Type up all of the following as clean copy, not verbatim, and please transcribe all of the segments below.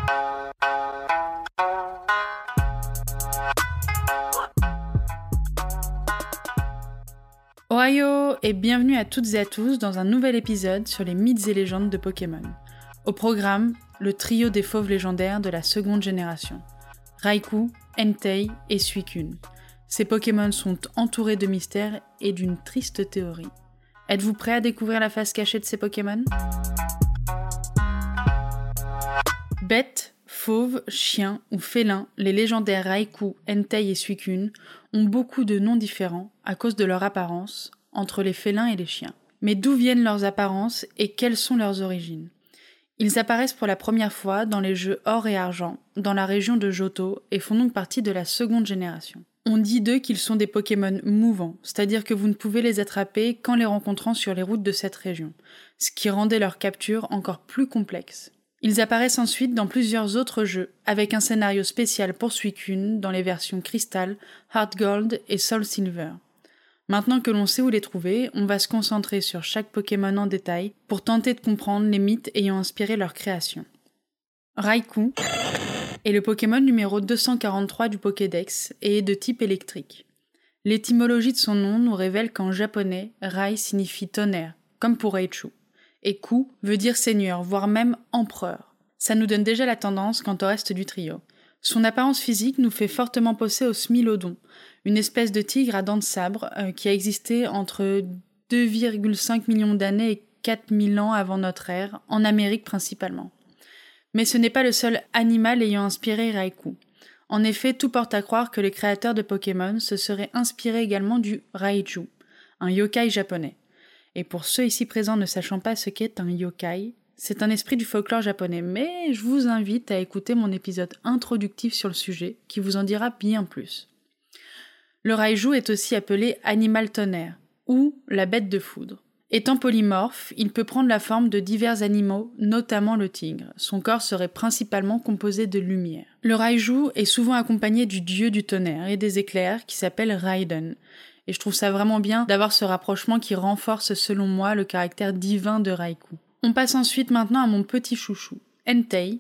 Ohio et bienvenue à toutes et à tous dans un nouvel épisode sur les mythes et légendes de Pokémon. Au programme, le trio des fauves légendaires de la seconde génération. Raikou, Entei et Suicune. Ces Pokémon sont entourés de mystères et d'une triste théorie. Êtes-vous prêts à découvrir la face cachée de ces Pokémon ? Bêtes, fauves, chiens ou félins, les légendaires Raikou, Entei et Suicune ont beaucoup de noms différents à cause de leur apparence entre les félins et les chiens. Mais d'où viennent leurs apparences et quelles sont leurs origines ? Ils apparaissent pour la première fois dans les jeux Or et Argent, dans la région de Johto, et font donc partie de la seconde génération. On dit d'eux qu'ils sont des Pokémon mouvants, c'est-à-dire que vous ne pouvez les attraper qu'en les rencontrant sur les routes de cette région, ce qui rendait leur capture encore plus complexe. Ils apparaissent ensuite dans plusieurs autres jeux, avec un scénario spécial pour Suicune dans les versions Crystal, Heart Gold et Soul Silver. Maintenant que l'on sait où les trouver, on va se concentrer sur chaque Pokémon en détail pour tenter de comprendre les mythes ayant inspiré leur création. Raikou est le Pokémon numéro 243 du Pokédex et est de type électrique. L'étymologie de son nom nous révèle qu'en japonais, Rai signifie tonnerre, comme pour Raichu. Et Ku veut dire seigneur, voire même empereur. Ça nous donne déjà la tendance quant au reste du trio. Son apparence physique nous fait fortement penser au Smilodon, une espèce de tigre à dents de sabre qui a existé entre 2,5 millions d'années et 4000 ans avant notre ère, en Amérique principalement. Mais ce n'est pas le seul animal ayant inspiré Raikou. En effet, tout porte à croire que les créateurs de Pokémon se seraient inspirés également du Raiju, un yokai japonais. Et pour ceux ici présents ne sachant pas ce qu'est un yokai, c'est un esprit du folklore japonais, mais je vous invite à écouter mon épisode introductif sur le sujet, qui vous en dira bien plus. Le Raiju est aussi appelé animal tonnerre, ou la bête de foudre. Étant polymorphe, il peut prendre la forme de divers animaux, notamment le tigre. Son corps serait principalement composé de lumière. Le Raiju est souvent accompagné du dieu du tonnerre et des éclairs, qui s'appelle Raiden. Et je trouve ça vraiment bien d'avoir ce rapprochement qui renforce, selon moi, le caractère divin de Raikou. On passe ensuite maintenant à mon petit chouchou, Entei,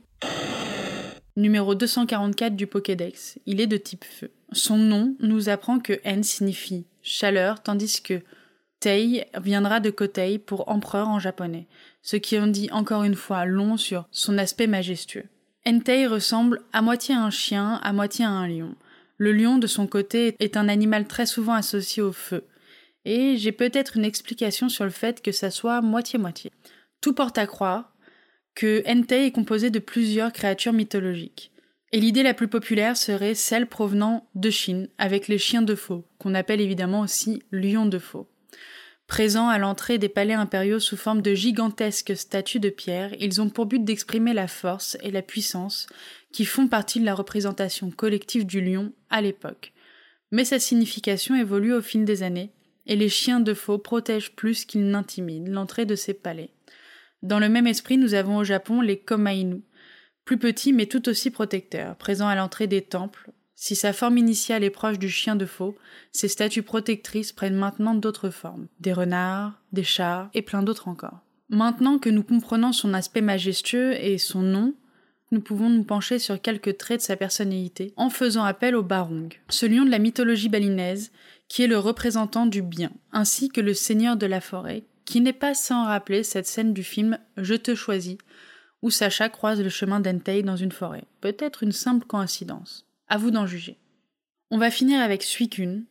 numéro 244 du Pokédex. Il est de type feu. Son nom nous apprend que En signifie chaleur, tandis que Tei viendra de Kotei pour empereur en japonais, ce qui en dit encore une fois long sur son aspect majestueux. Entei ressemble à moitié à un chien, à moitié à un lion. Le lion, de son côté, est un animal très souvent associé au feu. Et j'ai peut-être une explication sur le fait que ça soit moitié-moitié. Tout porte à croire que Entei est composé de plusieurs créatures mythologiques. Et l'idée la plus populaire serait celle provenant de Chine, avec les chiens de faux, qu'on appelle évidemment aussi lions de faux. Présents à l'entrée des palais impériaux sous forme de gigantesques statues de pierre, ils ont pour but d'exprimer la force et la puissance qui font partie de la représentation collective du lion à l'époque. Mais sa signification évolue au fil des années, et les chiens de faux protègent plus qu'ils n'intimident l'entrée de ces palais. Dans le même esprit, nous avons au Japon les Komainu, plus petits mais tout aussi protecteurs, présents à l'entrée des temples. Si sa forme initiale est proche du chien de faux, ces statues protectrices prennent maintenant d'autres formes, des renards, des chats et plein d'autres encore. Maintenant que nous comprenons son aspect majestueux et son nom, nous pouvons nous pencher sur quelques traits de sa personnalité en faisant appel au Barong, ce lion de la mythologie balinaise qui est le représentant du bien, ainsi que le seigneur de la forêt, qui n'est pas sans rappeler cette scène du film « Je te choisis », où Sacha croise le chemin d'Entei dans une forêt. Peut-être une simple coïncidence. À vous d'en juger. On va finir avec Suicune,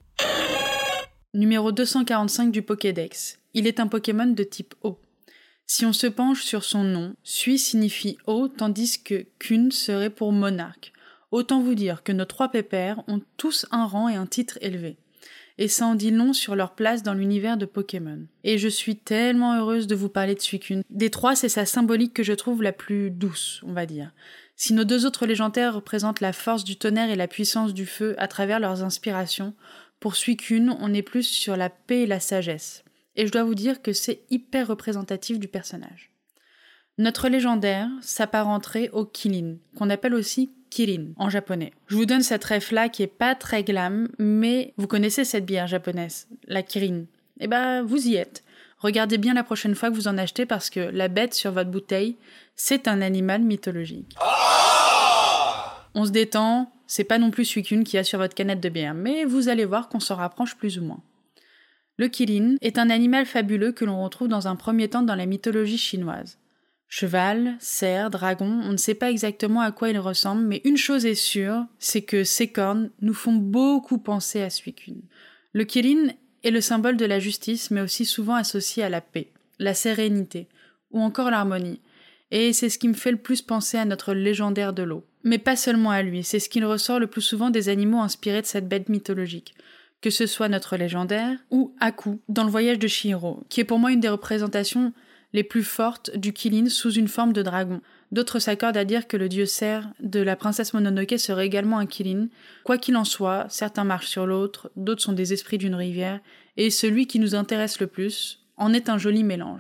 numéro 245 du Pokédex. Il est un Pokémon de type eau. Si on se penche sur son nom, Sui signifie eau, tandis que Kun serait pour monarque. Autant vous dire que nos trois pépères ont tous un rang et un titre élevé. Et ça en dit long sur leur place dans l'univers de Pokémon. Et je suis tellement heureuse de vous parler de Suicune. Des trois, c'est sa symbolique que je trouve la plus douce, on va dire. Si nos deux autres légendaires représentent la force du tonnerre et la puissance du feu à travers leurs inspirations, pour Suicune, on est plus sur la paix et la sagesse. Et je dois vous dire que c'est hyper représentatif du personnage. Notre légendaire s'apparenterait au Kilin, qu'on appelle aussi Kirin en japonais. Je vous donne cette ref-là qui est pas très glam, mais vous connaissez cette bière japonaise, la Kirin. Eh ben, vous y êtes. Regardez bien la prochaine fois que vous en achetez parce que la bête sur votre bouteille, c'est un animal mythologique. On se détend, c'est pas non plus Suicune qui a sur votre canette de bière, mais vous allez voir qu'on s'en rapproche plus ou moins. Le Kirin est un animal fabuleux que l'on retrouve dans un premier temps dans la mythologie chinoise. Cheval, cerf, dragon, on ne sait pas exactement à quoi il ressemble, mais une chose est sûre, c'est que ses cornes nous font beaucoup penser à Suicune. Le Kirin est le symbole de la justice, mais aussi souvent associé à la paix, la sérénité, ou encore l'harmonie. Et c'est ce qui me fait le plus penser à notre légendaire de l'eau. Mais pas seulement à lui, c'est ce qu'il ressort le plus souvent des animaux inspirés de cette bête mythologique. Que ce soit notre légendaire, ou Aku, dans le voyage de Chihiro, qui est pour moi une des représentations les plus fortes du Kirin sous une forme de dragon. D'autres s'accordent à dire que le dieu cerf de la princesse Mononoke serait également un Kirin. Quoi qu'il en soit, certains marchent sur l'autre, d'autres sont des esprits d'une rivière, et celui qui nous intéresse le plus en est un joli mélange.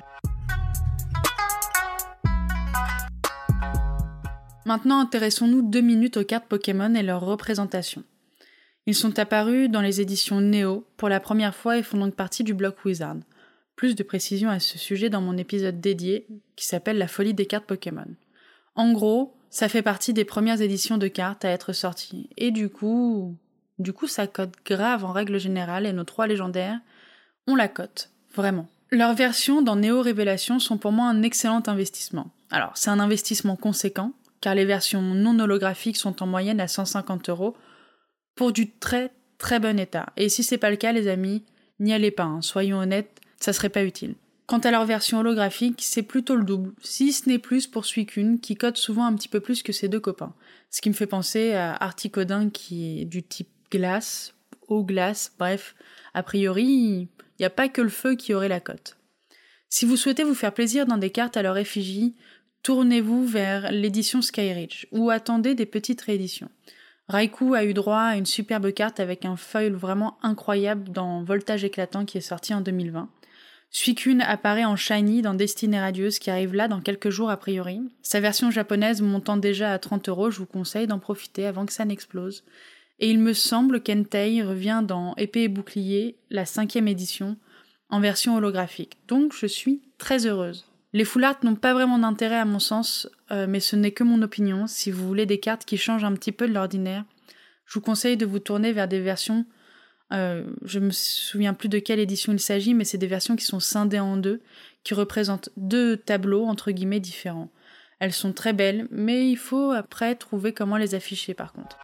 Maintenant, intéressons-nous 2 minutes aux cartes Pokémon et leurs représentations. Ils sont apparus dans les éditions Neo pour la première fois et font donc partie du bloc Wizard. Plus de précisions à ce sujet dans mon épisode dédié qui s'appelle La folie des cartes Pokémon. En gros, ça fait partie des premières éditions de cartes à être sorties. Et du coup, ça cote grave en règle générale et nos 3 légendaires, on la cote, vraiment. Leurs versions dans Neo Révélation sont pour moi un excellent investissement. Alors, c'est un investissement conséquent, car les versions non holographiques sont en moyenne à 150 € pour du très très bon état. Et si c'est pas le cas, les amis, n'y allez pas, soyons honnêtes, ça serait pas utile. Quant à leur version holographique, c'est plutôt le double, si ce n'est plus pour Suicune, qui cote souvent un petit peu plus que ses 2 copains. Ce qui me fait penser à Articodin qui est du type glace, eau glace, bref, a priori, il n'y a pas que le feu qui aurait la cote. Si vous souhaitez vous faire plaisir dans des cartes à leur effigie, tournez-vous vers l'édition Skyreach, ou attendez des petites rééditions. Raikou a eu droit à une superbe carte avec un foil vraiment incroyable dans Voltage éclatant qui est sorti en 2020. Suicune apparaît en shiny dans Destinée radieuse qui arrive là dans quelques jours a priori. Sa version japonaise montant déjà à 30 €, je vous conseille d'en profiter avant que ça n'explose. Et il me semble qu'Entei revient dans Épée et bouclier, la 5e édition, en version holographique. Donc je suis très heureuse. Les full art n'ont pas vraiment d'intérêt à mon sens, mais ce n'est que mon opinion. Si vous voulez des cartes qui changent un petit peu de l'ordinaire, je vous conseille de vous tourner vers des versions, je me souviens plus de quelle édition il s'agit, mais c'est des versions qui sont scindées en 2, qui représentent 2 tableaux entre guillemets différents. Elles sont très belles, mais il faut après trouver comment les afficher par contre.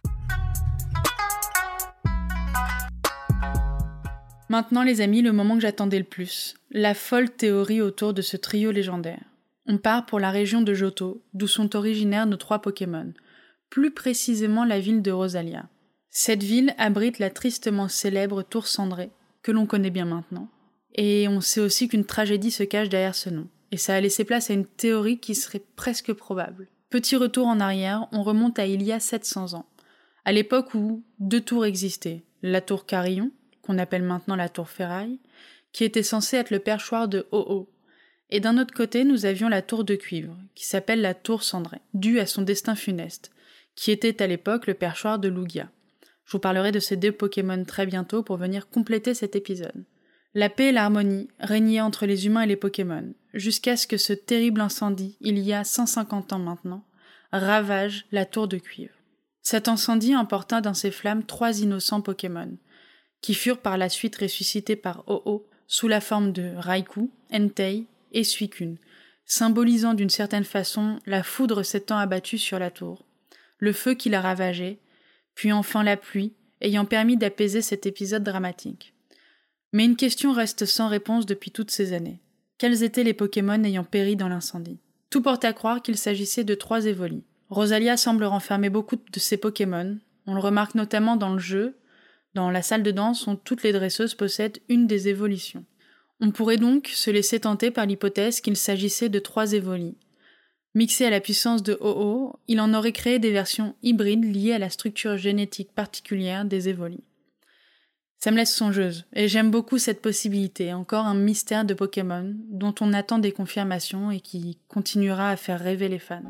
Maintenant les amis, le moment que j'attendais le plus, la folle théorie autour de ce trio légendaire. On part pour la région de Johto, d'où sont originaires nos 3 Pokémon, plus précisément la ville de Rosalia. Cette ville abrite la tristement célèbre Tour Cendrée, que l'on connaît bien maintenant, et on sait aussi qu'une tragédie se cache derrière ce nom, et ça a laissé place à une théorie qui serait presque probable. Petit retour en arrière, on remonte à il y a 700 ans, à l'époque où 2 tours existaient, la tour Carillon, qu'on appelle maintenant la tour Ferraille, qui était censée être le perchoir de Ho-Oh. Et d'un autre côté, nous avions la tour de cuivre, qui s'appelle la tour Cendrée, due à son destin funeste, qui était à l'époque le perchoir de Lugia. Je vous parlerai de ces 2 Pokémon très bientôt pour venir compléter cet épisode. La paix et l'harmonie régnaient entre les humains et les Pokémon, jusqu'à ce que ce terrible incendie, il y a 150 ans maintenant, ravage la tour de cuivre. Cet incendie emporta dans ses flammes 3 innocents Pokémon, qui furent par la suite ressuscités par Ho-Oh sous la forme de Raikou, Entei et Suicune, symbolisant d'une certaine façon la foudre s'étant abattue sur la tour, le feu qui la ravageait, puis enfin la pluie, ayant permis d'apaiser cet épisode dramatique. Mais une question reste sans réponse depuis toutes ces années. Quels étaient les Pokémon ayant péri dans l'incendie ? Tout porte à croire qu'il s'agissait de 3 Evoli. Rosalia semble renfermer beaucoup de ces Pokémon, on le remarque notamment dans le jeu, dans la salle de danse où toutes les dresseuses possèdent une des évolutions. On pourrait donc se laisser tenter par l'hypothèse qu'il s'agissait de 3 Evoli. Mixé à la puissance de Ho-Oh, il en aurait créé des versions hybrides liées à la structure génétique particulière des Evoli. Ça me laisse songeuse, et j'aime beaucoup cette possibilité, encore un mystère de Pokémon, dont on attend des confirmations et qui continuera à faire rêver les fans.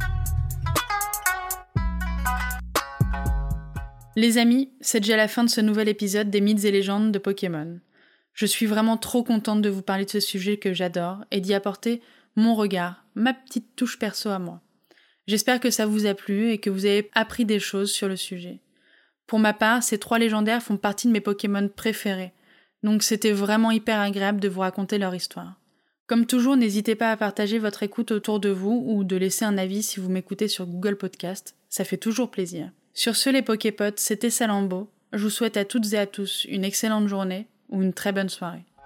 Les amis, c'est déjà la fin de ce nouvel épisode des mythes et légendes de Pokémon. Je suis vraiment trop contente de vous parler de ce sujet que j'adore et d'y apporter mon regard, ma petite touche perso à moi. J'espère que ça vous a plu et que vous avez appris des choses sur le sujet. Pour ma part, ces 3 légendaires font partie de mes Pokémon préférés, donc c'était vraiment hyper agréable de vous raconter leur histoire. Comme toujours, n'hésitez pas à partager votre écoute autour de vous ou de laisser un avis si vous m'écoutez sur Google Podcast, ça fait toujours plaisir. Sur ce, les Poképotes, c'était Salambo. Je vous souhaite à toutes et à tous une excellente journée ou une très bonne soirée.